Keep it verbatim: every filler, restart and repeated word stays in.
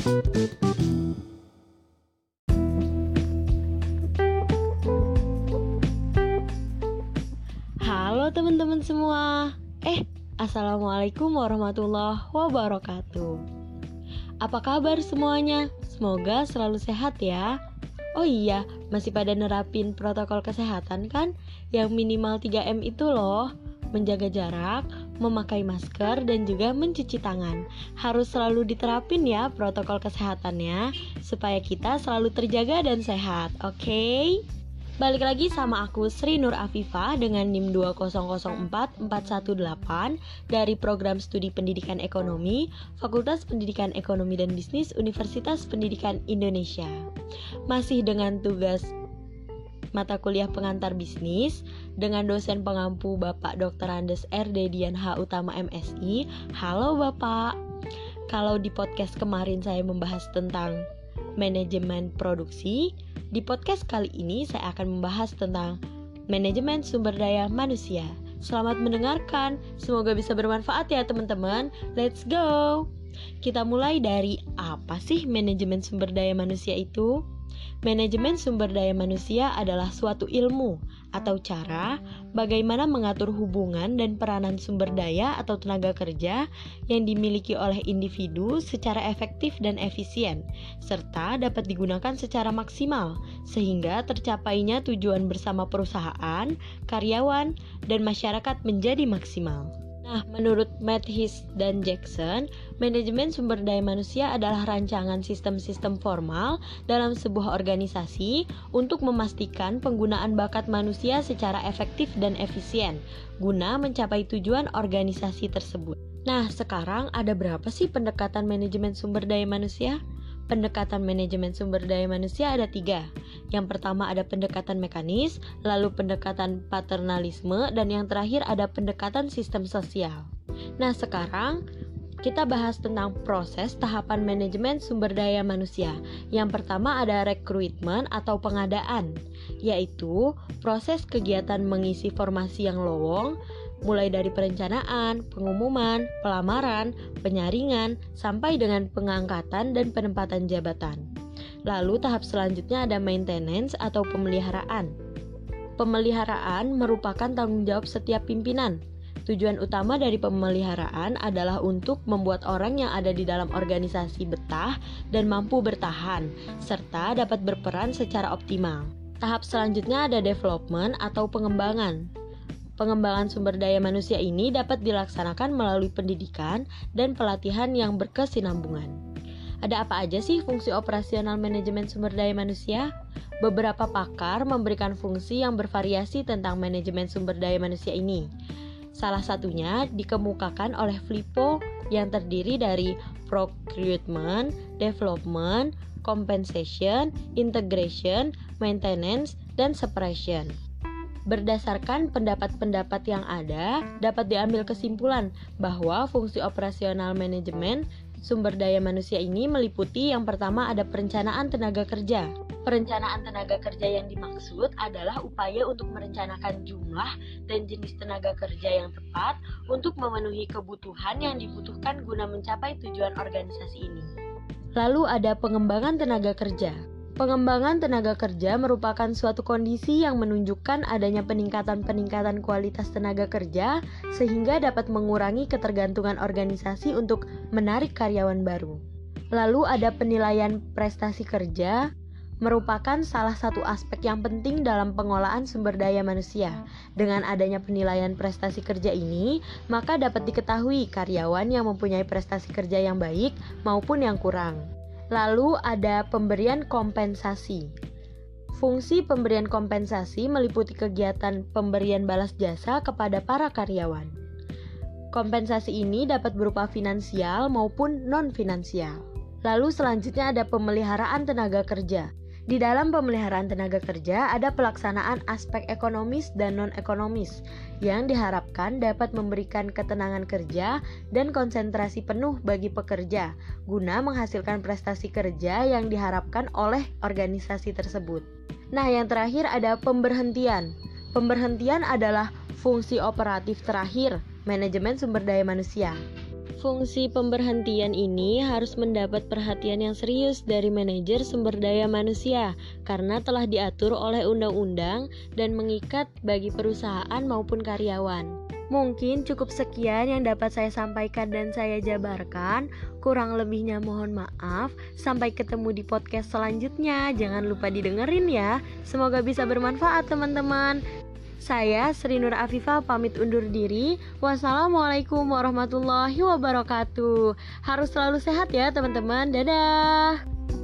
Halo teman-teman semua. Eh, Assalamualaikum warahmatullahi wabarakatuh. Apa kabar semuanya? Semoga selalu sehat ya. Oh iya, masih pada nerapin protokol kesehatan kan? Yang minimal tiga M itu loh. Menjaga jarak, memakai masker, dan juga mencuci tangan. Harus selalu diterapin ya protokol kesehatannya, supaya kita selalu terjaga dan sehat, oke? Okay? Balik lagi sama aku Sri Nur Afifah dengan NIM dua nol nol empat empat satu delapan dari Program Studi Pendidikan Ekonomi, Fakultas Pendidikan Ekonomi dan Bisnis Universitas Pendidikan Indonesia. Masih dengan tugas mata kuliah pengantar bisnis dengan dosen pengampu Bapak doktor Andes R Dedian H Utama M Si. Halo Bapak. Kalau di podcast kemarin saya membahas tentang manajemen produksi, di podcast kali ini saya akan membahas tentang manajemen sumber daya manusia. Selamat mendengarkan, semoga bisa bermanfaat ya teman-teman. Let's go. Kita mulai dari apa sih manajemen sumber daya manusia itu? Manajemen sumber daya manusia adalah suatu ilmu atau cara bagaimana mengatur hubungan dan peranan sumber daya atau tenaga kerja yang dimiliki oleh individu secara efektif dan efisien, serta dapat digunakan secara maksimal sehingga tercapainya tujuan bersama perusahaan, karyawan, dan masyarakat menjadi maksimal. Nah, menurut Mathis dan Jackson, manajemen sumber daya manusia adalah rancangan sistem-sistem formal dalam sebuah organisasi untuk memastikan penggunaan bakat manusia secara efektif dan efisien, guna mencapai tujuan organisasi tersebut. Nah, sekarang ada berapa sih pendekatan manajemen sumber daya manusia? Pendekatan manajemen sumber daya manusia ada tiga. Yang pertama ada pendekatan mekanis, lalu pendekatan paternalisme, dan yang terakhir ada pendekatan sistem sosial. Nah sekarang kita bahas tentang proses tahapan manajemen sumber daya manusia. Yang pertama ada rekrutmen atau pengadaan, yaitu proses kegiatan mengisi formasi yang lowong, mulai dari perencanaan, pengumuman, pelamaran, penyaringan, sampai dengan pengangkatan dan penempatan jabatan. Lalu tahap selanjutnya ada maintenance atau pemeliharaan. Pemeliharaan merupakan tanggung jawab setiap pimpinan. Tujuan utama dari pemeliharaan adalah untuk membuat orang yang ada di dalam organisasi betah dan mampu bertahan, serta dapat berperan secara optimal. Tahap selanjutnya ada development atau pengembangan. Pengembangan sumber daya manusia ini dapat dilaksanakan melalui pendidikan dan pelatihan yang berkesinambungan. Ada apa aja sih fungsi operasional manajemen sumber daya manusia? Beberapa pakar memberikan fungsi yang bervariasi tentang manajemen sumber daya manusia ini. Salah satunya dikemukakan oleh Filippo yang terdiri dari procurement, development, compensation, integration, maintenance, dan separation. Berdasarkan pendapat-pendapat yang ada, dapat diambil kesimpulan bahwa fungsi operasional manajemen sumber daya manusia ini meliputi yang pertama ada perencanaan tenaga kerja. Perencanaan tenaga kerja yang dimaksud adalah upaya untuk merencanakan jumlah dan jenis tenaga kerja yang tepat untuk memenuhi kebutuhan yang dibutuhkan guna mencapai tujuan organisasi ini. Lalu ada pengembangan tenaga kerja. Pengembangan tenaga kerja merupakan suatu kondisi yang menunjukkan adanya peningkatan-peningkatan kualitas tenaga kerja sehingga dapat mengurangi ketergantungan organisasi untuk menarik karyawan baru. Lalu ada penilaian prestasi kerja, merupakan salah satu aspek yang penting dalam pengolahan sumber daya manusia. Dengan adanya penilaian prestasi kerja ini, maka dapat diketahui karyawan yang mempunyai prestasi kerja yang baik maupun yang kurang. Lalu ada pemberian kompensasi. Fungsi pemberian kompensasi meliputi kegiatan pemberian balas jasa kepada para karyawan. Kompensasi ini dapat berupa finansial maupun non-finansial. Lalu selanjutnya ada pemeliharaan tenaga kerja. Di dalam pemeliharaan tenaga kerja ada pelaksanaan aspek ekonomis dan non-ekonomis yang diharapkan dapat memberikan ketenangan kerja dan konsentrasi penuh bagi pekerja guna menghasilkan prestasi kerja yang diharapkan oleh organisasi tersebut. Nah, yang terakhir ada pemberhentian. Pemberhentian adalah fungsi operatif terakhir manajemen sumber daya manusia. Fungsi pemberhentian ini harus mendapat perhatian yang serius dari manajer sumber daya manusia karena telah diatur oleh undang-undang dan mengikat bagi perusahaan maupun karyawan. Mungkin cukup sekian yang dapat saya sampaikan dan saya jabarkan. Kurang lebihnya mohon maaf. Sampai ketemu di podcast selanjutnya. Jangan lupa didengerin ya. Semoga bisa bermanfaat teman-teman. Saya Sri Nur Afifah pamit undur diri. Wassalamualaikum warahmatullahi wabarakatuh. Harus selalu sehat ya teman-teman. Dadah.